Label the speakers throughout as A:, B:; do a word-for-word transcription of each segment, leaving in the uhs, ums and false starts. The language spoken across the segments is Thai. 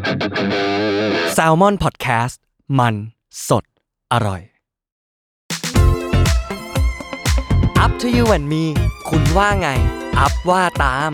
A: Salmon Podcast มันสดอร่อย Up to you and me คุณว่าไง อัพว่าตาม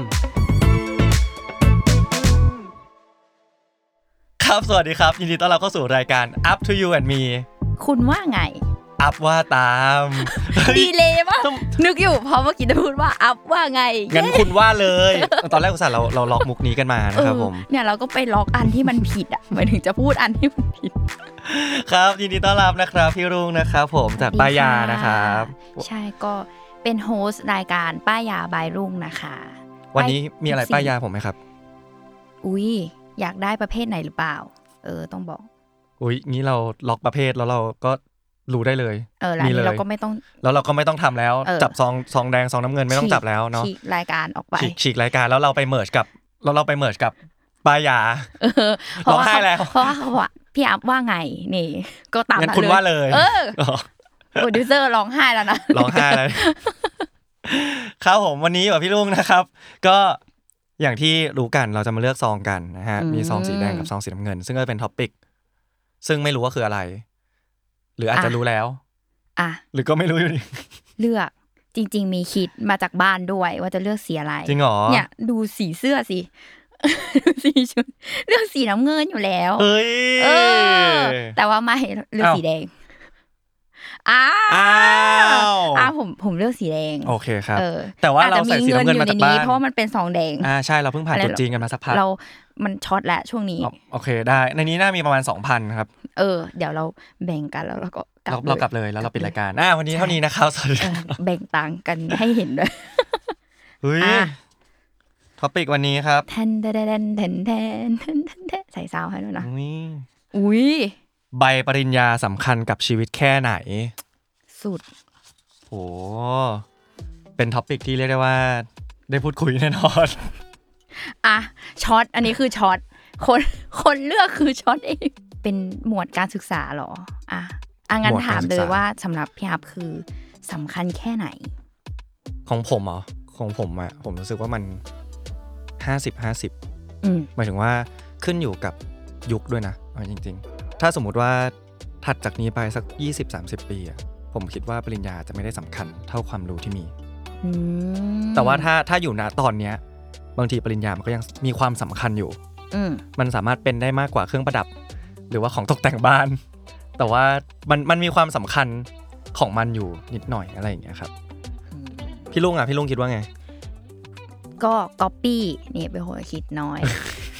A: ครับสวัสดีครับยินดีต้อนรับเข้าสู่รายการ Up to you and me
B: คุณว่าไง
A: อัพว่าตาม
B: ดีเลยป่ะนึกอยู่เพราะเมื่อกี้จะพูดว่าอัพว่าไง
A: งั้นคุณว่าเลยตอนแรกอุตส่าห์เราเราล็อกมุกนี้กันมานะครับผม
B: เนี่ยเราก็ไปล็อกอันที่มันผิดอ่ะหมายถึงจะพูดอันที่มันผิด
A: ครับยินดีต้อนรับนะครับพี่รุ่งนะครับผมจากป้ายานะครับ
B: ใช่ก็เป็นโฮสต์รายการป้ายาบายรุ่งนะคะ
A: วันนี้มีอะไรป้ายาผมไหมครับ
B: อุ้ยอยากได้ประเภทไหนหรือเปล่าเออต้องบอก
A: อุ้ยงี้เราล็อกประเภทแล้วเราก็รู้ได้เลย
B: เออแล้วเราก็ไม่ต้อง
A: แล้วเราก็ไม่ต้องทำแล้วจับซองซองแดงซองน้ำเงินไม่ต้องจับแล้วเนาะ
B: ฉีกรายการออกไป
A: ฉีกรายการแล้วเราไปเมิร์จกับแล้วเราไปเมิร์จกับป้ายา
B: ร้องไห้แล้วเพราะว่าเขาว่าพี่อัพว่าไงนี่ก็ตามนั้นเลย
A: งั้นคุณว่าเลย
B: เออโปรดิวเซอร์ร้องไห้แล้วนะ
A: ร้องไห้เลยครับผมวันนี้กับพี่ลุงนะครับก็อย่างที่รู้กันเราจะมาเลือกซองกันนะฮะมีซองสีแดงกับซองสีน้ำเงินซึ่งก็เป็นท็อปิกซึ่งไม่รู้ว่าคืออะไรหรืออาจจะรู้แล้ว
B: อ่ะ
A: หรือก็ไม่รู้อยู่ดี
B: เลือกจริงๆมีคิดมาจากบ้านด้วยว่าจะเลือกสีอะไร
A: จริงเหรอ
B: เนี่ยดูสีเสื้อสิดูสีชุดเลือกสีน้ำเงินอยู่แล้ว
A: เอ้ย
B: เออแต่ว่าไม่เลือกสีแดงอ้าวอ้าวผมผมเลือกสีแดง
A: โอเคครับแต่ว่าเราใส่สีน้ำเงินมาจากบ้าน
B: เพราะว่ามันเป็นซองแดง
A: อ่าใช่เราเพิ่งผ่านจุดจีนกันมาสักพัก
B: เรามันช็อตแล้วช่วงนี้
A: โอเคได้ในนี้น่ามีประมาณ สองพัน ครับ
B: เออเดี๋ยวเราแบ่งกันแล้วเราก็
A: กลับเรากลับเลยแล้วเราปิดรายการอ่าวันนี้เท่านี้นะครับสวัสดี
B: แบ่งตังค์กันให้เห็นด้วย
A: เฮ้ยท็อปิกวันนี้ครับ
B: แทนแทนแทนแทนแทนแทนใส่ซาวให้ด้วยนะ
A: อุ้ยใบปริญญาสำคัญกับชีวิตแค่ไหน
B: สุด
A: โหเป็นท็อปิกที่เรียกได้ว่าได้พูดคุยแน่นอน
B: อ่ะช็อตอันนี้คือช็อตคนคนเลือกคือช็อตเองเป็นหมวดการศึกษาหรออ่ะอ่ะงั้นถามเลยว่าสำหรับพี่อัพคือสำคัญแค่ไหน
A: ของผมเหรอของผมอ่ะผมรู้สึกว่ามันห้าสิบ ห้าสิบอืมหมายถึงว่าขึ้นอยู่กับยุคด้วยนะจริงๆถ้าสมมุติว่าถัดจากนี้ไปสัก ยี่สิบ สามสิบ ปีอ่ะผมคิดว่าปริญญาจะไม่ได้สำคัญเท่าความรู้ที่มีแต่ว่าถ้าถ้าอยู่ณตอนเนี้ยบางทีปริญญามันก็ยังมีความสำคัญอยู่มันสามารถเป็นได้มากกว่าเครื่องประดับหรือว่าของตกแต่งบ้านแต่ว่ามันมันมีความสำคัญของมันอยู่นิดหน่อยอะไรอย่างเงี้ยครับพี่ลุงอ่ะพี่ลุงคิดว่าไง
B: ก็ก๊อปปี้นี่เป็นหัวคิดน้อย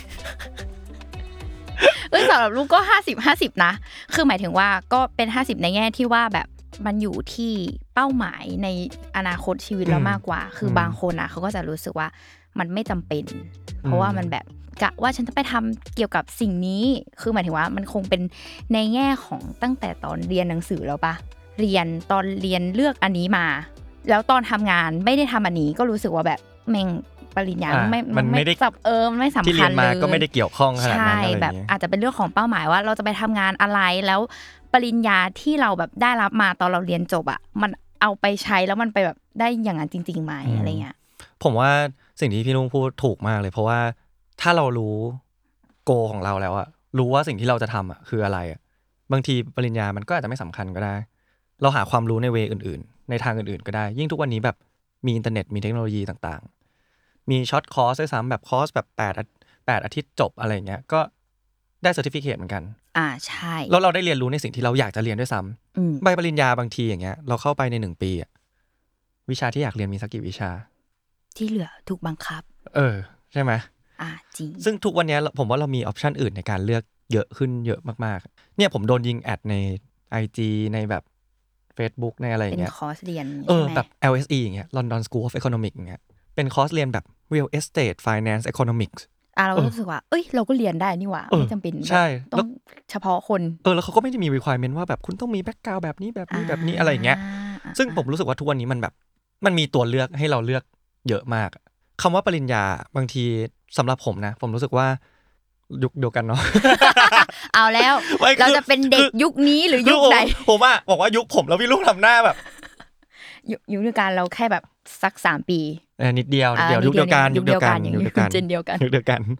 B: เอ้ยสำหรับลูกก็ห้าสิบ ห้าสิบนะคือหมายถึงว่าก็เป็นห้าสิบในแง่ที่ว่าแบบมันอยู่ที่เป้าหมายในอนาคตชีวิตเรามากกว่าคือบางคนนะเขาก็จะรู้สึกว่ามันไม่จำเป็นเพราะว่ามันแบบกะว่าฉันจะไปทำเกี่ยวกับสิ่งนี้คือหมายถึงว่ามันคงเป็นในแง่ของตั้งแต่ตอนเรียนหนังสือแล้วปะเรียนตอนเรียนเลือกอันนี้มาแล้วตอนทำงานไม่ได้ทำอันนี้ก็รู้สึกว่าแบบแม่งปริญญาไม่
A: มันไม่ได้
B: จับเออไม่สำคัญเลย
A: ที่เรียนมาก็ไม่ได้เกี่ยวข้องขนาดนั้นอะไรอย่างเงี้ย
B: ใช่แบบอาจจะเป็นเรื่องของเป้าหมายว่าเราจะไปทำงานอะไรแล้วปริญญาที่เราแบบได้รับมาตอนเราเรียนจบอ่ะมันเอาไปใช้แล้วมันไปแบบได้อย่างนั้นจริงๆไหมอะไรเงี้ย
A: ผมว่าสิ่งที่พี่ลุงพูดถูกมากเลยเพราะว่าถ้าเรารู้โกของเราแล้วอะรู้ว่าสิ่งที่เราจะทำอะคืออะไรอะบางทีปริญญามันก็อาจจะไม่สำคัญก็ได้เราหาความรู้ในเวอื่นๆในทางอื่นๆก็ได้ยิ่งทุกวันนี้แบบมีอินเทอร์เน็ตมีเทคโนโลยีต่างๆมีช็อตคอร์สด้วยซ้ำแบบคอร์สแบบแปด แปดอาทิตย์จบอะไรเงี้ยก็ได้เซอร์ติฟิเคทเหมือนกัน
B: อ่าใช่
A: แล้วเราได้เรียนรู้ในสิ่งที่เราอยากจะเรียนด้วยซ้ำใบปริญญาบางทีอย่างเงี้ยเราเข้าไปในหนึ่งปีอะวิชาที่อยากเรียนมีสักกี่วิชา
B: ที่เหลือถูกบังคับ
A: เออใช่ไหม
B: อ่าจริง
A: ซึ่งทุกวันนี้ผมว่าเรามีออปชันอื่นในการเลือกเยอะขึ้นเยอะมากๆเนี่ยผมโดนยิงแอดใน ไอ จี ในแบบ Facebook ในอะไรอย่างเงี้ย
B: เป็นคอร์สเรียน
A: เออแบบ แอล เอส อี อย่างเงี้ย London School of Economics อย่างเงี้ยเป็นคอร์สเรียนแบบ Real Estate Finance Economics
B: อ่ะเรารู้สึกว่าเอ้ยเราก็เรียนได้นี่หว่าไม่จำเป็นต้องเฉพาะคน
A: เออแล้วเขาก็ไม่ได้มี requirement ว่าแบบคุณต้องมีแบ็คกราวด์แบบนี้แบบนี้แบบนี้อะไรอย่างเงี้ยซึ่งผมรู้สึกว่าทุกวันนี้มันแบบมันมีตัวเลือกให้เราเลือกเยอะมากคำว่าปริญญาบางทีสำหรับผมนะผมรู้สึกว่ายุคเดียวกันเนาะ
B: เอาแล้วเราจะเป็นเด็กยุคนี้หรือยุคใด
A: ผมอ่ะบอกว่ายุคผมแล้วพี่ลูกทำหน้าแบบ
B: ยุคเดียวกันเราแค่แบบสักสามปี
A: เออนิดเดียวเดี๋ยวยุคเดียวกันยุคเดียวกัน
B: ยุคเดียวกันเจนเดียวกัน
A: ยุคเดียวกัน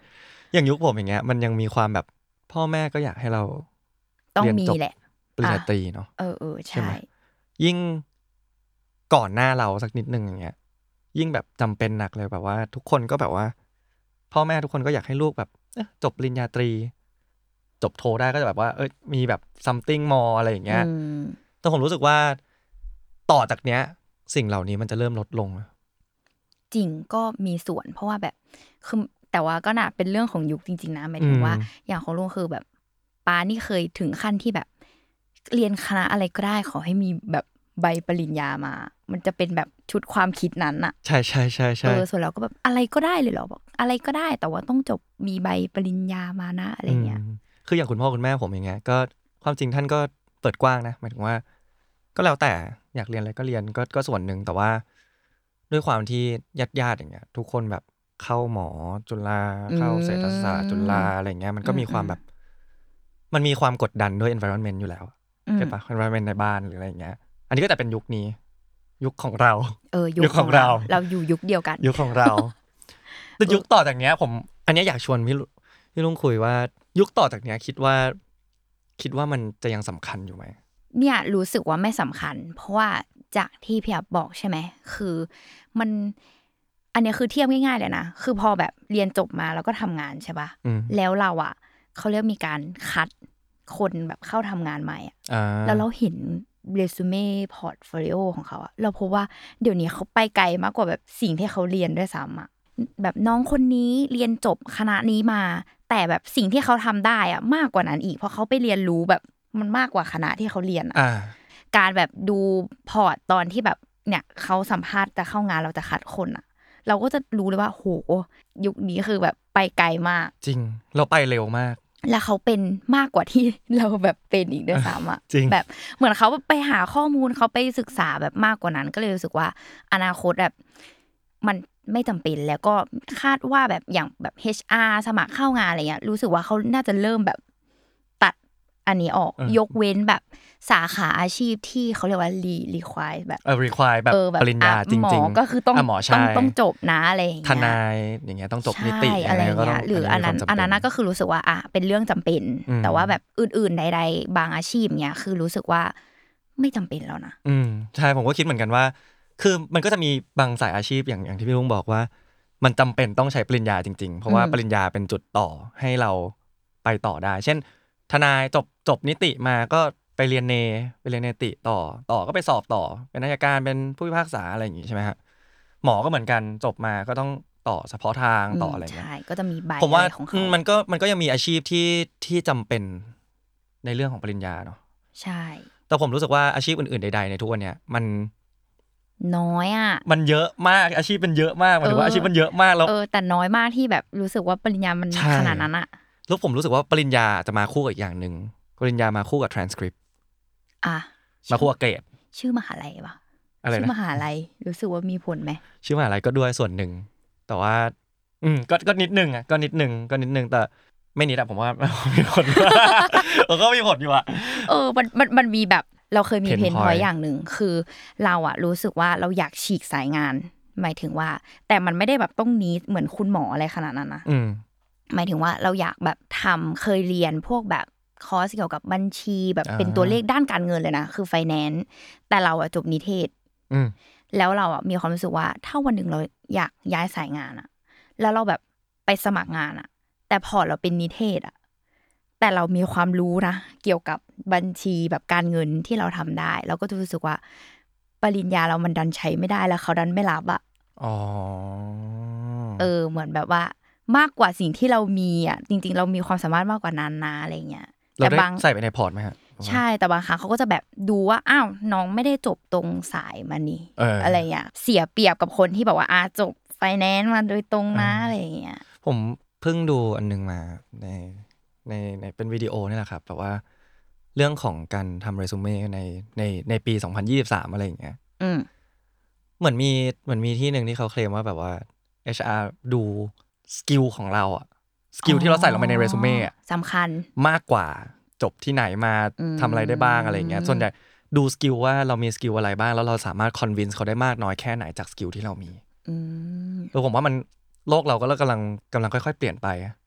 A: อย่างยุคผมอย่างเงี้ยมันยังมีความแบบพ่อแม่ก็อยากให้เรา
B: ต้องมีแหละ
A: ปริญญาตรีเนาะ
B: เออเออใช่
A: ยิ่งก่อนหน้าเราสักนิดนึงอย่างเงี้ยยิ่งแบบจำเป็นหนักเลยแบบว่าทุกคนก็แบบว่าพ่อแม่ทุกคนก็อยากให้ลูกแบบจบปริญญาตรีจบโทได้ก็จะแบบว่าเอ้ยมีแบบ something more อะไรอย่างเงี้ยแต่ผมรู้สึกว่าต่อจากเนี้ยสิ่งเหล่านี้มันจะเริ่มลดลง
B: จริงก็มีส่วนเพราะว่าแบบคือแต่ว่าก็น่ะเป็นเรื่องของยุคจริงๆนะหมายถึงว่าอย่างของลุงคือแบบป้านี่เคยถึงขั้นที่แบบเรียนคณะอะไรก็ได้ขอให้มีแบบใบปริญญามามันจะเป็นแบบชุดความคิดนั้นอะ
A: ใช่ใช่ใช่ใช่
B: เออส่วนเราก็แบบอะไรก็ได้เลยเหรอบอกอะไรก็ได้แต่ว่าต้องจบมีใบปริญญามานะอะไรเงี้ย
A: คืออย่างคุณพ่อคุณแม่ผมอย่างเงี้ยก็ความจริงท่านก็เปิดกว้างนะหมายถึงว่าก็แล้วแต่อยากเรียนอะไรก็เรียนก็ก็ส่วนหนึ่งแต่ว่าด้วยความที่ญาติๆอย่างเงี้ยทุกคนแบบเข้าหมอจุฬาเข้าเศรษฐศาสตร์จุฬาอะไรเงี้ยมันก็มีความแบบมันมีความกดดันด้วย environment อยู่แล้วใช่ปะ environment ในบ้านหรืออะไรเงี้ยอันนี้ก็แต่เป็นยุคนี้ยุคของเรา
B: เออยุคของเราเราอยู่ยุคเดียวกัน
A: ยุคของเราแต่ยุคต่อจากเนี้ยผมอันนี้อยากชวนพี่พี่ลุงคุยว่ายุคต่อจากเนี้ยคิดว่าคิดว่ามันจะยังสำคัญอยู่ไหม
B: เนี่ยรู้สึกว่าไม่สำคัญเพราะว่าจากที่พี่อับบอกใช่ไหมคือมันอันนี้คือเทียบง่ายๆเลยนะคือพอแบบเรียนจบมาแล้วก็ทำงานใช่ปะแล้วเราอ่ะเขาเรียกมีการคัดคนแบบเข้าทำงานใหม่อ่ะแล้วเราเห็นเรซูเม่พอร์ตโฟลิโอของเขาอ่ะเราพบว่าเดี๋ยวนี้เขาไปไกลมากกว่าแบบสิ่งที่เขาเรียนด้วยซ้ำอ่ะแบบน้องคนนี้เรียนจบคณะนี้มาแต่แบบสิ่งที่เขาทำได้อ่ะมากกว่านั้นอีกเพราะเขาไปเรียนรู้แบบมันมากกว่าคณะที่เขาเรียนอ่ะการแบบดูพอร์ตตอนที่แบบเนี่ยเขาสัมภาษณ์จะเข้างานเราจะคัดคนอ่ะเราก็จะรู้เลยว่าโหยุคนี้คือแบบไปไกลมาก
A: จริงเราไปเร็วมาก
B: แล้วเขาเป็นมากกว่าที่เราแบบเป็นอีกด้วยซ้ำอ่ะแบบเหมือนเขาไปหาข้อมูลเขาไปศึกษาแบบมากกว่านั้นก็เลยรู้สึกว่าอนาคตแบบมันไม่จำเป็นแล้วก็คาดว่าแบบอย่างแบบ เอช อาร์ สมัครเข้างานอะไรเงี้ยรู้สึกว่าเขาน่าจะเริ่มแบบตัดอันนี้ออกยกเว้นแบบสาขาอาชีพที่เขาเรียกว่า รี require แบบ
A: เออ require แบบปริญญาจริงๆ
B: ก็คือต้องต้องต้องจบนะอะไรอย่างเงี้ย
A: ทนายอย่างเงี้ยต้องจบนิติ
B: อะไรอย่างเงี้ยหรืออันนั้นอันนั้นก็คือรู้สึกว่าอ่ะเป็นเรื่องจำเป็นแต่ว่าแบบอื่นๆใดๆบางอาชีพเงี้ยคือรู้สึกว่าไม่จำเป็นแล้วนะ
A: อืมใช่ผมก็คิดเหมือนกันว่าคือมันก็จะมีบางสายอาชีพอย่างอย่างที่พี่ลุงบอกว่ามันจำเป็นต้องใช้ปริญญาจริงๆเพราะว่าปริญญาเป็นจุดต่อให้เราไปต่อได้เช่นทนายจบจบนิติมาก็ไปเรียนเนไปเรียนเนติต่อต่อก็ไปสอบต่อเป็นอัยการเป็นผู้พิพากษาอะไรอย่างงี้ใช่ไหมฮะหมอก็เหมือนกันจบมาก็ต้องต่อเฉพาะทางต่ออะไรเงี้ย
B: ใช่ก็จะมีใบ
A: ผมว่า
B: ของเขา
A: มันก็มันก็ยังมีอาชีพที่ที่จำเป็นในเรื่องของปริญญาเนาะ
B: ใช่
A: แต่ผมรู้สึกว่าอาชีพอื่นๆใดๆในทุกวันเนี้ยมัน
B: น้อยอ่ะ
A: มันเยอะมากอาชีพมันเยอะมากหมายถึงว่าอาชีพมันเยอะมากแล้ว
B: เออแต่น้อยมากที่แบบรู้สึกว่าปริญญามันขนาดนั้นอ่ะ
A: แล้วผมรู้สึกว่าปริญญาจะมาคู่กับอีกอย่างนึงปริญญามาคู่กับ transcript
B: อ่ะ
A: มาคู่กับเกรด
B: ชื่อมหาลัยป่ะ
A: อะไรนะ
B: ชื่อมหาลัยรู้สึกว่ามีผลไหม
A: ชื่อมหาลัยก็ด้วยส่วนหนึ่งแต่ว่าอืมก็ก็นิดนึงอ่ะก็นิดนึงก็นิดนึงแต่ไม่นิดอะผมว่ามีผลเออก็มีผลอยู่อะ
B: เออมันมันมันมีแบบเราเคยมีเพนพอยต์อย่างนึงคือเราอะรู้สึกว่าเราอยากฉีกสายงานหมายถึงว่าแต่มันไม่ได้แบบต้องนี้เหมือนคุณหมออะไรขนาดนั้นนะหมายถึงว่าเราอยากแบบทำเคยเรียนพวกแบบคอร์สเกี่ยวกับบัญชีแบบเป็นตัวเลขด้านการเงินเลยนะคือไฟแนนซ์แต่เราอะจบนิเทศแล้วเราอะมีความรู้สึกว่าถ้าวันหนึ่งเราอยากย้ายสายงานอะแล้วเราแบบไปสมัครงานอะแต่พอเราเป็นนิเทศอะแต่เรามีความรู้นะเกี่ยวกับบัญชีแบบการเงินที่เราทำได้เราก็จะรู้สึกว่าปริญญาเรามันดันใช้ไม่ได้แล้วเขาดันไม่รับอะ
A: อ๋อ
B: เออเหมือนแบบว่ามากกว่าสิ่งที่เรามีอ่ะจริงๆเรามีความสามารถมากกว่านั้นนะอะไรเงี้ย
A: แต่บางใส่ไปในพอร์ตไหมฮะ
B: ใช่แต่บางครั้งเขาก็จะแบบดูว่าอ้าวน้องไม่ได้จบตรงสายมานี่
A: อ, อ
B: อะไรเงี้ยเสียเปรียบกับคนที่แบบว่าอาจบไฟแนนซ์มาโดยตรงนะอะไรเงี้ย
A: ผมเพิ่งดูอันนึงมาในในในเป็นวิดีโอนี่แหละครับแบบว่าเรื่องของการทำเรซูเม่ในในในปีสองพันยี่สิบสามอะไรอย่างเงี้ย
B: อืม
A: เหมือนมีเหมือนมีที่นึงที่เขาเคลมว่าแบบว่า เอช อาร์ ดูสกิลของเราอะสกิลที่เราใส่ลงไปในเรซูเม่อะ
B: สำคัญ
A: มากกว่าจบที่ไหนมาทำอะไรได้บ้างอะไรอย่างเงี้ยส่วนใหญ่ดูสกิลว่าเรามีสกิลอะไรบ้างแล้วเราสามารถคอนวินส์เขาได้มากน้อยแค่ไหนจากสกิลที่เรามี
B: อืม
A: แล้วผมว่ามันโลกเราก็กำลังกำลังค่อยๆเปลี่ยนไป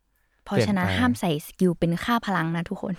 B: เพราะฉะนั้นห้ามใส่สกิลเป็นค่าพลังนะทุกคน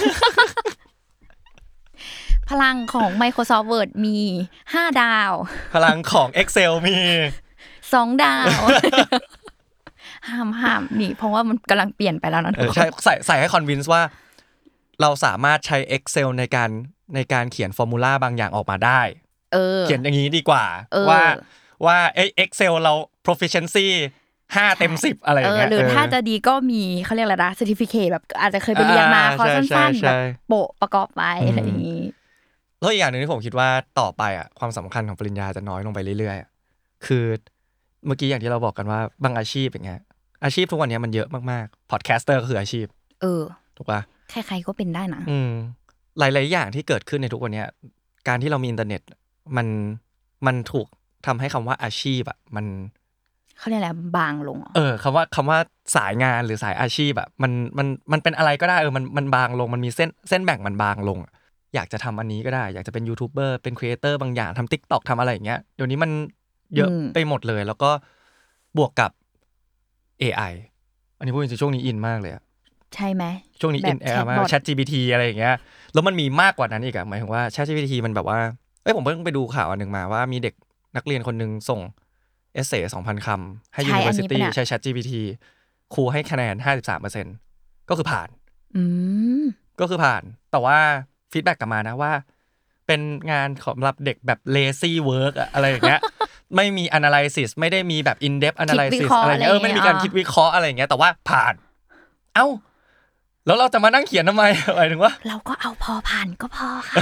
B: พลังของ Microsoft Word มีห้าดาว
A: พลังของ Excel มี
B: สองดาวห้ามห้ามนี่เพราะว่ามันกำลังเปลี่ยนไปแล้วนะทุกคน
A: ใช่ใส่ใส่ให้คอนวินส์ว่าเราสามารถใช้ Excel ในการในการเขียนฟอร์มูลาบางอย่างออกมาได้
B: เออ
A: เขียนอย่างนี้ดีกว่าว่าว่าเอ้ย Excel เรา proficiency ห้าเต็มสิบอะไรอย่างเงี้ย
B: หรือถ้าจะดีก็มีเค้าเรียกอะไรนะ certificate แบบอาจจะเคยไปเรียนมาคอร์สสั้นๆแบบโปะประกอบไปอะไรอย่างงี้
A: แล้วอีกอย่างนึงที่ผมคิดว่าต่อไปอ่ะความสำคัญของปริญญาจะน้อยลงไปเรื่อยๆคือเมื่อกี้อย่างที่เราบอกกันว่าบางอาชีพอย่างเงี้ยอาชีพทุกวันนี้มันเยอะมากๆพอดแคสเตอร์ก็คืออาชีพ
B: เออ
A: ถูกป่ะ
B: ใครๆก็เป็นได้นะ
A: อืมหลายๆอย่างที่เกิดขึ้นในทุกวันนี้การที่เรามีอินเทอร์เน็ตมันมันถูกทำให้คำว่าอาชีพอ่ะมัน
B: เขาเรียกอะไรบางลง
A: เออคำว่าคำว่าสายงานหรือสายอาชีพอ่ะมันมันมันเป็นอะไรก็ได้เออมันมันบางลงมันมีเส้นเส้นแบ่งมันบางลงอยากจะทำอันนี้ก็ได้อยากจะเป็นยูทูบเบอร์เป็นครีเอเตอร์บางอย่างทำ TikTok ทำอะไรอย่างเงี้ยเดี๋ยวนี้มันเยอะไปหมดเลยแล้วก็บวกกับ เอ ไอ อันนี้พูดจริงๆช่วงนี้อินมากเลยอ่ะ
B: ใช่ไหม
A: ช่วงนี้อินแอร์มาก ChatGPT อะไรอย่างเงี้ยแล้วมันมีมากกว่านั้นอีกอ่ะหมายถึงว่า ChatGPT มันแบบว่าเอ้ยผมเพิ่งไปดูข่าวอันนึงมาว่ามีเด็กนักเรียนคนนึงส่งเอเซ่ สองพัน คำให้ University ใช้ ChatGPT ครูให้คะแนน ห้าสิบสามเปอร์เซ็นต์ ก็คือผ่าน
B: อืม
A: ก็คือผ่านแต่ว่าฟีดแบ็กกลับมานะว่าเป็นงานสำหรับเด็กแบบ lazy work อะอะไรอย่างเงี้ยไม่มี analysis ไม่ได้มีแบบ in depth analysis อะไรเงี้ยเออไม่มีการคิดวิเคราะห์อะไรอย่างเงี้ยแต่ว่าผ่านเอ้าแล้วเราจะมานั่งเขียนทำไมหมายถึงว่า
B: เราก็เอาพอผ่านก็พอค่ะ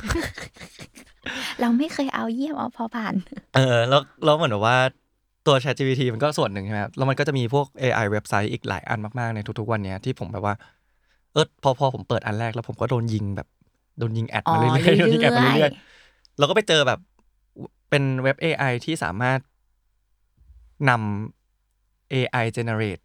B: เราไม่เคยเอาเยี่ยมเอาพอผ่าน
A: เออแล้วแล้วเหมือนว่าตัว ChatGPT มันก็ส่วนหนึ่งใช่ไหมครับแล้วมันก็จะมีพวก เอ ไอ เว็บไซต์อีกหลายอันมากๆในทุกๆวันนี้ที่ผมแบบว่าเออพอพอผมเปิดอันแรกแล้วผมก็โดนยิงแบบโดนยิงแอดมาเรื่อยๆโดนยิงแอดมาเรื่อยๆเราก็ไปเจอแบบเป็นเว็บ เอ ไอ ที่สามารถนำ เอ ไอ generate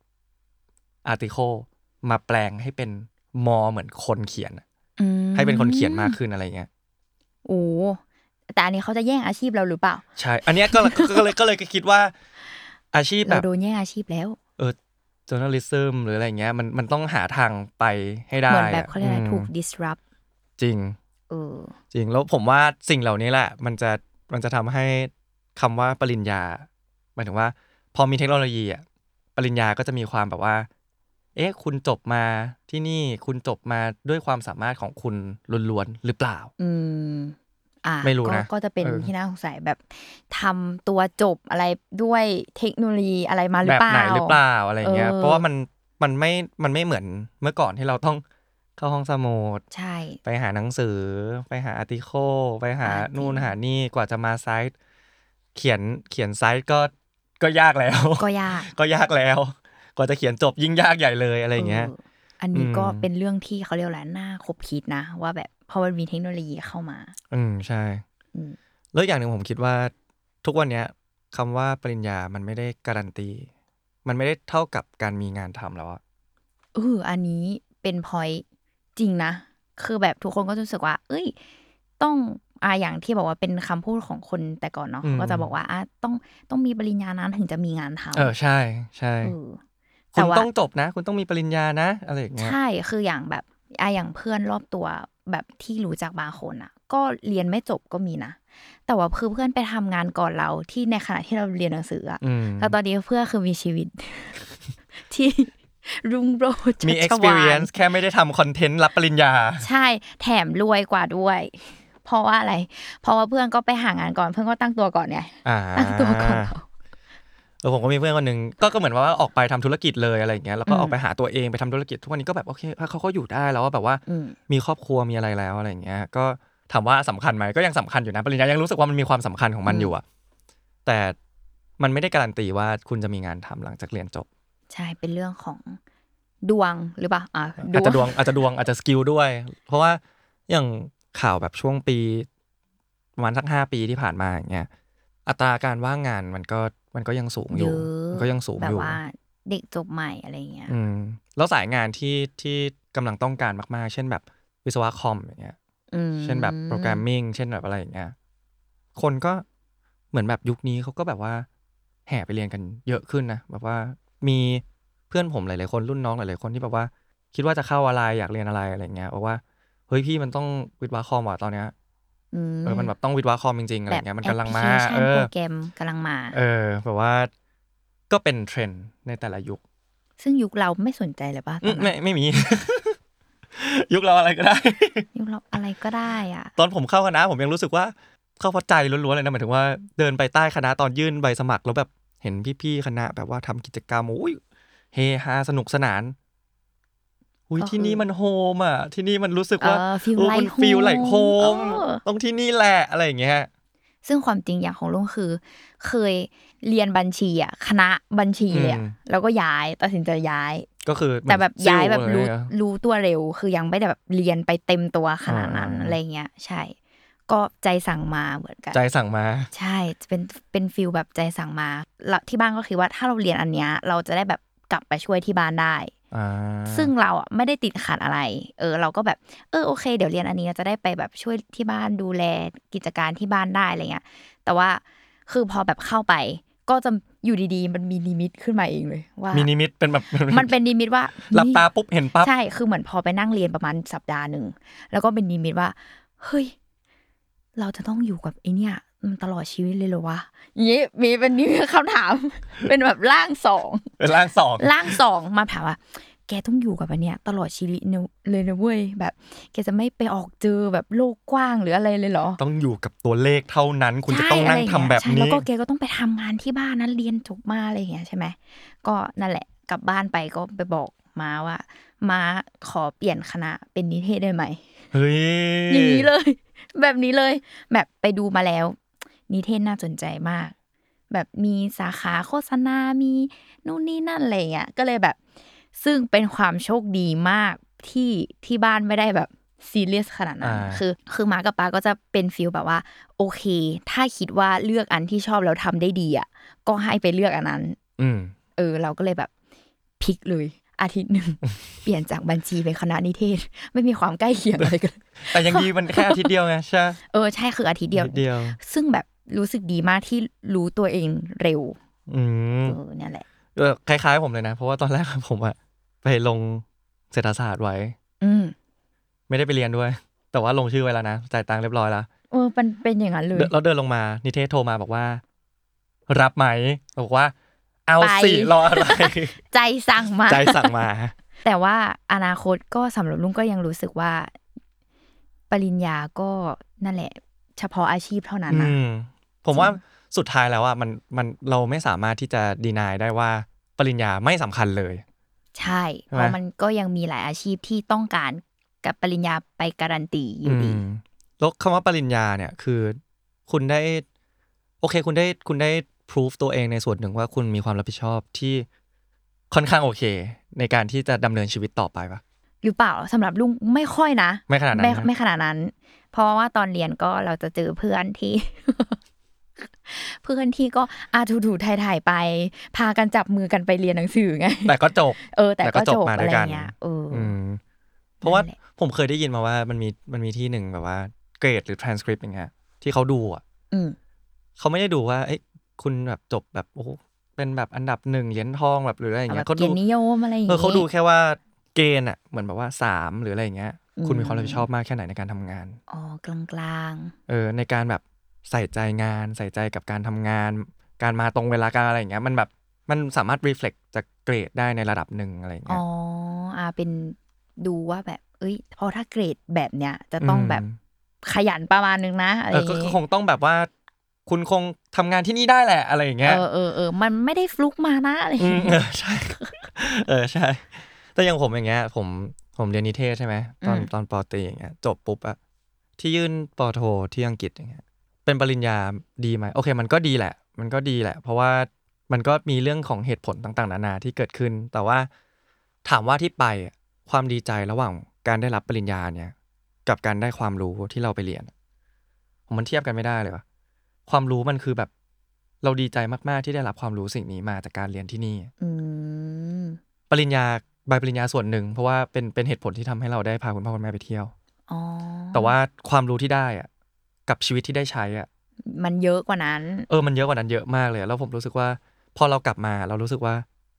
A: article มาแปลงให้เป็นมอเหมือนคนเขียนให้เป็นคนเขียนมากขึ้นอะไรเงี้ย
B: โอ้แต่อันนี้เขาจะแย่งอาชีพเราหรือเปล่า
A: ใช่อันนี้ก็ก็เลยก็เลยคิดว่าอาชีพแบบ
B: เราโดนแย่งอาชีพแล้ว
A: เออ journalism หรืออะไรเงี้ยมันมันต้องหาทางไปให้ได้
B: เหมือนแบบเขาเรียกอะไรถูก disrupt
A: จริง
B: เออ
A: จริงแล้วผมว่าสิ่งเหล่านี้แหละมันจะมันจะทำให้คำว่าปริญญาหมายถึงว่าพอมีเทคโนโลยีอ่ะปริญญาก็จะมีความแบบว่าเอ๊ะคุณจบมาที่นี่คุณจบมาด้วยความสามารถของคุณล้วนๆหรือเปล่า
B: อืมอ่า
A: ไม่รู้นะ
B: ก็จะเป็นที่น่าสงสัยแบบทำตัวจบอะไรด้วยเทคโนโลยีอะไรมาหรือเปล่า
A: แบบไหนหรือเปล่าอะไรเงี้ยเพราะว่ามันมันไม่มันไม่เหมือนเมื่อก่อนที่เราต้องเข้าห้องสมุด
B: ใช่
A: ไปหาหนังสือไปหาอาร์ติเคิลไปหานู่นหานี่กว่าจะมาไซต์เขียนเขียนไซต์ก็ก็ยากแล้ว
B: ก็ยาก
A: ก็ยากแล้วกว่าจะเขียนจบยิ่งยากใหญ่เลยอะไรเงี้ย
B: อันนี้ก็เป็นเรื่องที่เขาเรียกอะไรน่าคบคิดนะว่าแบบพอมันมีเทคโนโลยีเข้ามา
A: อืมใช่แล้วอย่างหนึ่งผมคิดว่าทุกวันนี้คำว่าปริญญามันไม่ได้การันตีมันไม่ได้เท่ากับการมีงานทำแล้วอะ
B: เอออันนี้เป็นพอยต์จริงนะคือแบบทุกคนก็รู้สึกว่าเอ้ยต้องอ่าอย่างที่บอกว่าเป็นคำพูดของคนแต่ก่อนเนาะก็จะบอกว่าอ่ะต้องต้องมีปริญญานั้นถึงจะมีงานทำ
A: เออใช่ใช่คุณต้องจบนะคุณต้องมีปริญญานะอะไรอย่างเงี้ย
B: ใช่คืออย่างแบบอ่ะอย่างเพื่อนรอบตัวแบบที่รู้จักบางคนอ่ะก็เรียนไม่จบก็มีนะแต่ว่าคือเพื่อนไปทำงานก่อนเราที่ในขณะที่เราเรียนหนังสืออ่ะแต่ตอนนี้เพื่อนคือมีชีวิตที่รุ่งโรจน์
A: มี experience แค่ไม่ได้ทำคอนเทนต์รับปริญญา
B: ใช่แถมรวยกว่าด้วยเพราะว่าอะไรเพราะว่าเพื่อนก็ไปหางานก่อนเพื่อนก็ตั้งตัวก่อนไงตั้งตัวก่อน
A: เออผมก็มีเพื่อนคนนึงก็ก็เหมือนว่าออกไปทำธุรกิจเลยอะไรอย่างเงี้ยแล้วก็ออกไปหาตัวเองไปทำธุรกิจทุกวันนี้ก็แบบโอเคเขาก็อยู่ได้แล้วว่าแบบว่ามีครอบครัวมีอะไรแล้วอะไรอย่างเงี้ยก็ถามว่าสำคัญไหมก็ยังสำคัญอยู่นะปริญญายังรู้สึกว่ามันมีความสำคัญของมันอยู่อะแต่มันไม่ได้การันตีว่าคุณจะมีงานทำหลังจากเรียนจบ
B: ใช่เป็นเรื่องของดวงหรือเปล่าอ่ะ
A: อาจจะดวงอาจจะดวงอาจจะสกิลด้วยเพราะว่าอย่างข่าวแบบช่วงปีประมาณสักห้าปีที่ผ่านมาอย่างเงี้ยอัตราการว่างงานมันก็มันก็ยังสูงอยู่มันก็ยังสูงอยู่
B: แบบว่าเด็กจบใหม่อะไรเงี้ย
A: อืมแล้วสายงานที่ที่กำลังต้องการมากๆเช่นแบบวิศวะคอมอย่างเงี้ยเช่นแบบโปรแกรมมิ่งเช่นแบบอะไรอย่างเงี้ยคนก็เหมือนแบบยุคนี้เขาก็แบบว่าแห่ไปเรียนกันเยอะขึ้นนะแบบว่ามีเพื่อนผมหลายๆคนรุ่นน้องหลายๆคนที่แบบว่าคิดว่าจะเข้าอะไรอยากเรียนอะไรอะไรเงี้ยบอกว่าเฮ้ยพี่มันต้องวิทย์วะคอมว่ะตอนเนี้ยเออมันแบบต้องวิทย์วะคอมจริงๆอะไรเงี้ยมันกำลังมา
B: เออโปรแกรมกำลังมา
A: เออแบบว่าก็เป็นเทรนด์ในแต่ละยุค
B: ซึ่งยุคเราไม่สนใจเลยป่ะตอนนั้น
A: ไม่ไม่มี ยุคเราอะไรก็ได้
B: ยุคเราอะไรก็ได้อ่ะ
A: ตอนผมเข้าคณะผมยังรู้สึกว่าเข้าเพราะใจล้วนๆเลยนะหมายถึงว่าเดินไปใต้คณะตอนยื่นใบสมัครแล้วแบบเห็นพี่ๆคณะแบบว่าทำกิจกรรมโอ้ยเฮฮาสนุกสนานอุ้ยที่นี่มันโฮมอ่ะที่นี่มันรู้สึกว่า
B: มัน
A: ฟีลไลค์โฮมต้องที่นี่แหละอะไรอย่างเงี้ย
B: ซึ่งความจริงอย่างของลุงคือเคยเรียนบัญชีอ่ะคณะบัญชีเลยแล้วก็ย้ายตัดสินใจย้าย
A: ก็คือ
B: แต่แบบย้ายแบบรู้รู้ตัวเร็วคือยังไม่ได้แบบเรียนไปเต็มตัวขนาดนั้นอะไรเงี้ยใช่ก็ใจสั่งมาเหมือนกัน
A: ใจสั่งมา
B: ใช่เป็นเป็นฟีลแบบใจสั่งมาแล้วที่บ้านก็คือว่าถ้าเราเรียนอันเนี้ยเราจะได้แบบกลับไปช่วยที่บ้านได้ซึ่งเราอ่ะไม่ได้ติดขัดอะไรเออเราก็แบบเออโอเคเดี๋ยวเรียนอันนี้จะได้ไปแบบช่วยที่บ้านดูแลกิจการที่บ้านได้อะไรเงี้ยแต่ว่าคือพอแบบเข้าไปก็จะอยู่ดีๆมันมีนิมิตขึ้นมาเองเลยว่า
A: มีนิมิตเป็นแบบ
B: มันเป็นนิมิตว่า
A: หลับตาปุ๊บเห็นปั๊บ
B: ใช่คือเหมือนพอไปนั่งเรียนประมาณสัปดาห์นึงแล้วก็เป็นนิมิตว่าเฮ้ยเราจะต้องอยู่กับไอเนี้ยมันตลอดชีวิตเลยเหรอวะงี้มีเป็นนี่คำถามเป็นแบบร่างสอง
A: เป็นร่างสอง
B: ร่างสองมาถามว่าแกต้องอยู่กับอันเนี้ยตลอดชีวิตเลยนะเว้ยแบบแกจะไม่ไปออกเจอแบบโลกกว้างหรืออะไรเลยเหรอ
A: ต้องอยู่กับตัวเลขเท่านั้นคุณจะต้องนั่งทำแบบนี้
B: แล้วก็แกก็ต้องไปทำงานที่บ้านนั้นเรียนจบมาอะไรอย่างเงี้ยใช่ไหมก็นั่นแหละกลับบ้านไปก็ไปบอกมาว่ามาขอเปลี่ยนคณะเป็นนิเทศได้ไหม
A: เฮ้ย
B: อย่างนี้เลยแบบนี้เลยแบบไปดูมาแล้วนิเทศน่าสนใจมากแบบมีสาขาโฆษณามีนู่นนี่นั่นอะไรเงี้ยก็เลยแบบซึ่งเป็นความโชคดีมากที่ที่บ้านไม่ได้แบบซีเรียสขนาดนั้นคือคือมากับป้าก็จะเป็นฟีลแบบว่าโอเคถ้าคิดว่าเลือกอันที่ชอบแล้วทำได้ดีอ่ะก็ให้ไปเลือกอันนั้นเออเราก็เลยแบบพลิกเลยอาทิตย์นึง เปลี่ยนจากบัญชีเป็นคณะนิเทศไม่มีความใกล้เคียงอะไรกัน
A: แต่ยังดีมันแค่อาทิตย์เดียวไงใช่
B: เออใช่คืออาทิตย์เดียวซึ่งแบบรู้สึกดีมากที่รู้ตัวเองเร็ว
A: อืม
B: เออเนี่ยแหละ
A: เออคล้ายๆผมเลยนะเพราะว่าตอนแรกผมอะไปลงเศรษฐศาสตร์ไว้
B: อืม
A: ไม่ได้ไปเรียนด้วยแต่ว่าลงชื่อไว้แล้วนะจ่ายตังค์เรียบร้อยแล้ว
B: เออเป็นเป็นอย่างนั้นเลย
A: แล้วเดินลงมานิเทศโทรมาบอกว่ารับไหมบอกว่าเอาสิรออะไร
B: ใจสั่งมา
A: ใจสั่งมา
B: แต่ว่าอนาคตก็สำหรับลุงก็ยังรู้สึกว่าปริญญาก็นั่นแหละเฉพาะอาชีพเท่านั้นนะ
A: ผมว่าสุดท้ายแล้วอ่ะมันมันเราไม่สามารถที่จะดีนายได้ว่าปริญญาไม่สำคัญเลย
B: ใช่เพราะมันก็ยังมีหลายอาชีพที่ต้องการกับปริญญาไปการันตีอยู่ดี
A: แล้วคำว่าปริญญาเนี่ยคือคุณได้โอเคคุณได้คุณได้พิสูจตัวเองในส่วนหนึ่งว่าคุณมีความรับผิดชอบที่ค่อนข้างโอเคในการที่จะดำเนินชีวิตต่อไปปะ
B: หรือเปล่าสำหรับลุงไม่ค่อยนะ
A: ไม่ขนาดนั้น
B: ไม่ไม่ขนาดนั้นเพราะว่าตอนเรียนก็เราจะเจอเพื่อนที่ เพื่อนที่ก็อาถูๆถ่ายๆไปพากันจับมือกันไปเรียนหนังสือไง
A: แต่ก็จบ
B: เออแต่ก็จบอะไรเงี้ยเออ
A: เพราะว่าผมเคยได้ยินมาว่ามันมีมันมีที่หนึ่งแบบว่าเกรดหรือ transcript อย่างเงี้ยที่เขาดูอ่ะเขาไม่ได้ดูว่าเอ้ยคุณแบบจบแบบโอ้เป็นแบบอันดับหนึ่งเหรียญทองแบบหรืออะไรอย่างเงี้ย
B: เขาดูเกียรตินิยมอะไรอย่างเงี้ย
A: เขาดูแค่ว่าเกณฑ์อ่ะเหมือนแบบว่าสามหรืออะไรอย่างเงี้ยคุณมีความรับผิดชอบมากแค่ไหนในการทำงาน
B: อ๋อกลาง
A: ๆเออในการแบบใส่ใจงานใส่ใจกับการทำงานการมาตรงเวลาการอะไรอย่างเงี้ยมันแบบมันสามารถ reflect จากเกรดได้ในระดับหนึ่งอะไรอย่างเงี้
B: ยอ๋ออ่าเป็นดูว่าแบบเอ้ยพอถ้าเกรดแบบเนี้ยจะต้องแบบขยันประมาณนึงนะอะไรอย่างเงี้ย
A: ก็คงต้องแบบว่าคุณคงทำงานที่นี่ได้แหละอะไรอย่างเงี้ย
B: เออเออเออมันไม่ได้ฟลุกมานะอะไรอย่าง
A: เงี้ยใช่เออใช่แต่อย่างผมอย่างเงี้ยผมผมเรียนนิเทศใช่ไหมตอนตอนป.ตรีอย่างเงี้ยจบปุ๊บอะที่ยื่นป.โทที่อังกฤษอย่างเงี้ยเป็นปริญญาดีไหมโอเคมันก็ดีแหละมันก็ดีแหละเพราะว่ามันก็มีเรื่องของเหตุผลต่างๆนานาที่เกิดขึ้นแต่ว่าถามว่าที่ไปความดีใจระหว่างการได้รับปริญญาเนี่ยกับการได้ความรู้ที่เราไปเรียนผมมันเทียบกันไม่ได้เลยวะความรู้มันคือแบบเราดีใจมากๆที่ได้รับความรู้สิ่งนี้มาจากการเรียนที่นี่ปริญญาใบปริญญาส่วนหนึ่งเพราะว่าเป็นเป็นเหตุผลที่ทำให้เราได้พาคุณพ่อคุณแม่ไปเที่ยวแต่ว่าความรู้ที่ได้อะกับชีวิตที่ได้ใช้อ่ะ
B: มันเยอะกว่านั้น
A: เออมันเยอะกว่านั้นเยอะมากเลยแล้วผมรู้สึกว่าพอเรากลับมาเรารู้สึกว่า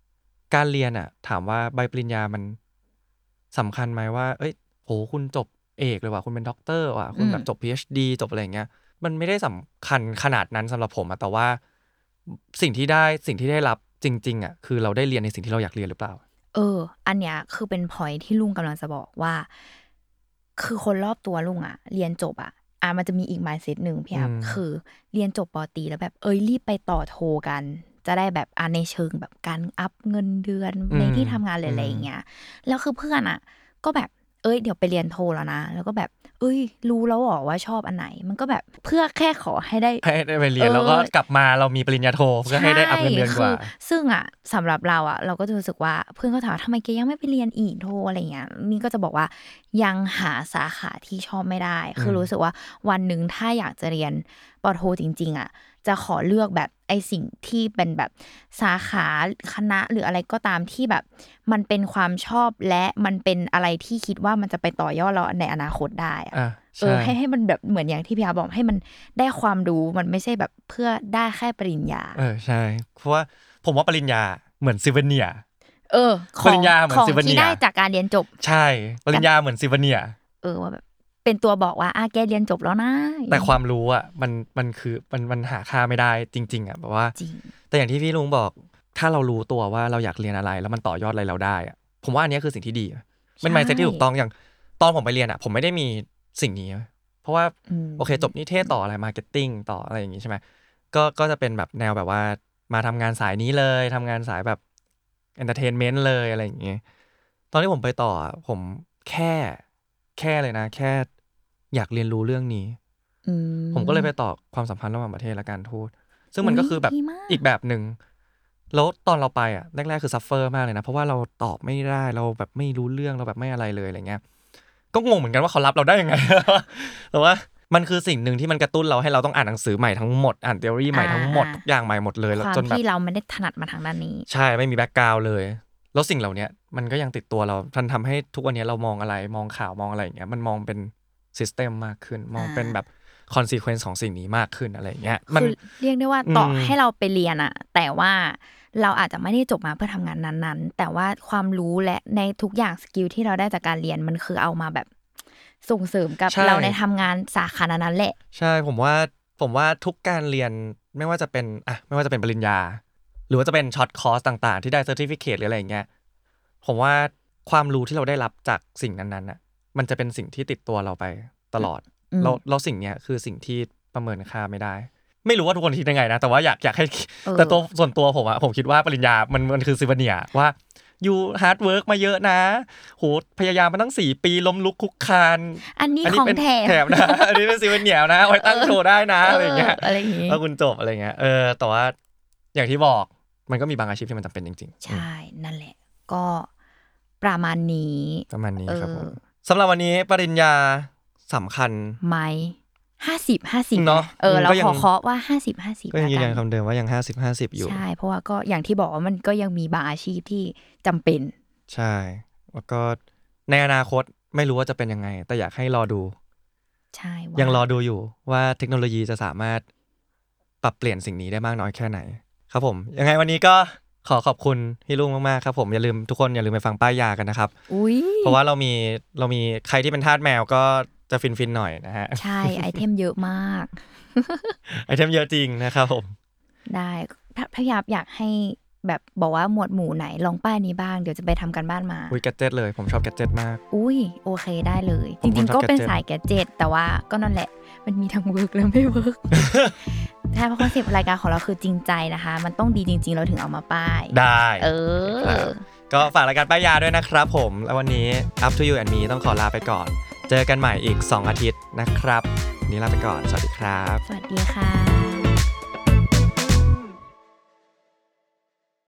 A: การเรียนอ่ะถามว่าใบปริญญามันสำคัญไหมว่าเอ้ยโหคุณจบเอกเลยว่ะคุณเป็นด็อกเตอร์ว่ะคุณแบบจบ พี เอช ดี จบอะไรอย่างเงี้ยมันไม่ได้สำคัญขนาดนั้นสำหรับผมอะแต่ว่าสิ่งที่ได้สิ่งที่ได้รับจริงๆอ่ะคือเราได้เรียนในสิ่งที่เราอยากเรียนหรือเปล่า
B: เอออันเนี้ยคือเป็น point ที่ลุงกำลังจะบอกว่าคือคนรอบตัวลุงอ่ะเรียนจบอ่ะอ่ะมันจะมีอีก mindset นึงพี่ครับคือเรียนจบป.ตรีแล้วแบบเอ้ยรีบไปต่อโทกันจะได้แบบอ่ะในเชิงแบบการอัพเงินเดือนในที่ทำงานอะไรอย่างเงี้ยแล้วคือเพื่อนอ่ะก็แบบเอ้ยเดี๋ยวไปเรียนโทแล้วนะแล้วก็แบบเอ้ยรู้แล้วหรอว่าชอบอันไหนมันก็แบบเพื่อแค่ขอให้ได้
A: ให้ได้ไปเรียนแล้วก็กลับมาเรามีปริญญาโทเพื่อให้ได้อัพเงินเดือนกว่า
B: ซึ่งอ่ะสำหรับเราอ่ะเราก็จะรู้สึกว่าเพื่อนก็ถามทำไมแกยังไม่ไปเรียนอีกโทอะไรเงี้ยนี่ก็จะบอกว่ายังหาสาขาที่ชอบไม่ได้คือรู้สึกว่าวันนึงถ้าอยากจะเรียนป.โทจริงๆอ่ะจะขอเลือกแบบไอสิ่งที่เป็นแบบสาขาคณะหรืออะไรก็ตามที่แบบมันเป็นความชอบและมันเป็นอะไรที่คิดว่ามันจะไปต่อยอดเราในอนาคตได้อ่ะเออให้ให้มันแบบเหมือนอย่างที่พี่อาบอกให้มันได้ความรู้มันไม่ใช่แบบเพื่อได้แค่ปริญญา
A: เออใช่เพราะว่าผมว่าปริญญาเหมือนซิวเนีย
B: เออ
A: ปริญญาเหมือนซิวเนีย
B: ที่ได้จากการเรียนจบ
A: ใช่ปริญญาเหมือนซิวเนีย
B: เออว่าแบบเป็นตัวบอกว่าอ่ะแกเรียนจบแล้วนะ
A: แต่ความรู้อ่ะมันมันคือมันมันหาค่าไม่ได้จริงๆอ่ะแบบว่าแต่อย่างที่พี่ลุงบอกถ้าเรารู้ตัวว่าเราอยากเรียนอะไรแล้วมันต่อยอดอะไรเราได้อ่ะผมว่าอันนี้คือสิ่งที่ดีเป็น mindset ที่ถูกต้องอย่างตอนผมไปเรียนอ่ะผมไม่ได้มีสิ่งนี้เพราะว่าโอเคจบนิเทศต่ออะไรมาร์เก็ตติ้งต่ออะไรอย่างงี้ใช่ไหมก็ก็จะเป็นแบบแนวแบบว่ามาทำงานสายนี้เลยทำงานสายแบบเอนเตอร์เทนเมนต์เลยอะไรอย่างเงี้ยตอนที่ผมไปต่อผมแค่แค่เลยนะแค่อยากเรียนรู้เรื่องนี้ผมก็เลยไปต่อความสัมพันธ์ระหว่างประเทศและการทูตซึ่งมันก็คือแบบอีกแบบนึงแล้วตอนเราไปอ่ะแรกๆคือซัฟเฟอร์มากเลยนะเพราะว่าเราตอบไม่ได้เราแบบไม่รู้เรื่องเราแบบไม่อะไรเลยอะไรเงี้ยก็งงเหมือนกันว่าเขารับเราได้ยังไงแต่ว่ามันคือสิ่งนึงที่มันกระตุ้นเราให้เราต้องอ่านหนังสือใหม่ทั้งหมดอ่านทฤษฎีใหม่ทั้งหมดทุกอย่างใหม่หมดเลย
B: จนแบบที่เราไม่ได้ถนัดมาทางด้านนี้
A: ใช่ไม่มีแบ็คกราวด์เลยแล้วสิ่งเหล่านี้มันก็ยังติดตัวเรามันทำให้ทุกวันนี้เรามองอะไรมองข่าวมองอะไรอย่างเงี้ยมันมองเป็นซิสเต็มมากขึ้นมองเป็นแบบคอนซีเควนซ์ของสิ่งนี้มากขึ้นอะไรอย่างเงี้ย
B: มันเรียกได้ว่าต่อให้เราไปเรียนอะแต่ว่าเราอาจจะไม่ได้จบมาเพื่อทำงานนั้นๆแต่ว่าความรู้และในทุกอย่างสกิลที่เราได้จากการเรียนมันคือเอามาแบบส่งเสริมกับเราในทำงานสาขานั้นแหละ
A: ใช่ผมว่าผมว่าทุกการเรียนไม่ว่าจะเป็นอ่ะไม่ว่าจะเป็นปริญญาหรือว่าจะเป็นช็อตคอร์สต่างๆที่ได้เซอร์ติฟิเคทหรืออะไรอย่างเงี้ยผมว่าความรู้ที่เราได้รับจากสิ่งนั้นๆน่ะมันจะเป็นสิ่งที่ติดตัวเราไปตลอดแล้วแล้วสิ่งเนี้ยคือสิ่งที่ประเมินค่าไม่ได้ไม่รู้ว่าทุกคนคิดยังไงนะแต่ว่าอยากอยากให้แต่ตัวส่วนตัวผมอะผมคิดว่าปริญญามันมันคือซิวเนียว่ายูฮาร์ดเวิร์กมาเยอะนะโหพยายามมาตั้งสี่ปีล้มลุกคุกคาน
B: อันนี้ของแถม
A: แถมนะอันนี้เป็นซิวเนียนะไว้ตั้งโชว์ได้นะอะไรอย่างเงี้ยแล้วคุณจบอะไรเงี้ยเออแต่ว่าอย่างที่บอกมันก็มีบางอาชีพที่มันจำเป็นจริง
B: ๆใช่นั่นแหละก็ประมาณนี้
A: ประมาณนี้ครับผมสำหรับวันนี้ปริญญาสำคัญ
B: ไหมห้าสิบ ห้าสิบเนาะเออเราขอเคาะว่าห้าสิบ ห้าสิบ
A: ก็ยังยืนยันคำเดิมว่ายังห้าสิบ ห้าสิบอยู่
B: ใช่เพราะว่าก็อย่างที่บอกว่ามันก็ยังมีบางอาชีพที่จำเป็น
A: ใช่แล้วก็ในอนาคตไม่รู้ว่าจะเป็นยังไงแต่อยากให้รอดู
B: ใช่
A: ยังรอดูอยู่ว่าเทคโนโลยีจะสามารถปรับเปลี่ยนสิ่งนี้ได้มากน้อยแค่ไหนครับผมยังไงวันนี้ก็ขอขอบคุณพี่ลุงมากๆครับผมอย่าลืมทุกคนอย่าลืมไปฟังป้ายยากันนะครับเพราะว่าเรามีเรามีใครที่เป็นทาสแมวก็จะฟินๆหน่อยนะฮะ
B: ใช่ไอเทมเยอะมาก
A: ไอเทมเยอะจริงนะครับผม
B: ได้พยายามอยากให้แบบบอกว่าหมวดหมู่ไหนลองป้ายนี้บ้างเดี๋ยวจะไปทำกันบ้านมา
A: อุ้ยแกดเจ็ตเลยผมชอบแกดเจ็ตมาก
B: อุ้ยโอเคได้เลยจริงๆก็เป็นสายแกดเจ็ตแต่ว่าก็นั่นแหละมันมีทั้งเวิร์กและไม่เวิร์กใช่เพราะคอนเซ็ปต์รายการของเราคือจริงใจนะคะมันต้องดีจริงๆเราถึงเอามาป้าย
A: ได้
B: เออ
A: ก็ฝากรายการป้ายยาด้วยนะครับผมแล้ววันนี้ Up to You and Me ต้องขอลาไปก่อนเจอกันใหม่อีกสองอาทิตย์นะครับวันนี้ลาไปก่อนสวัสดีครับ
B: สวัสดีค่ะ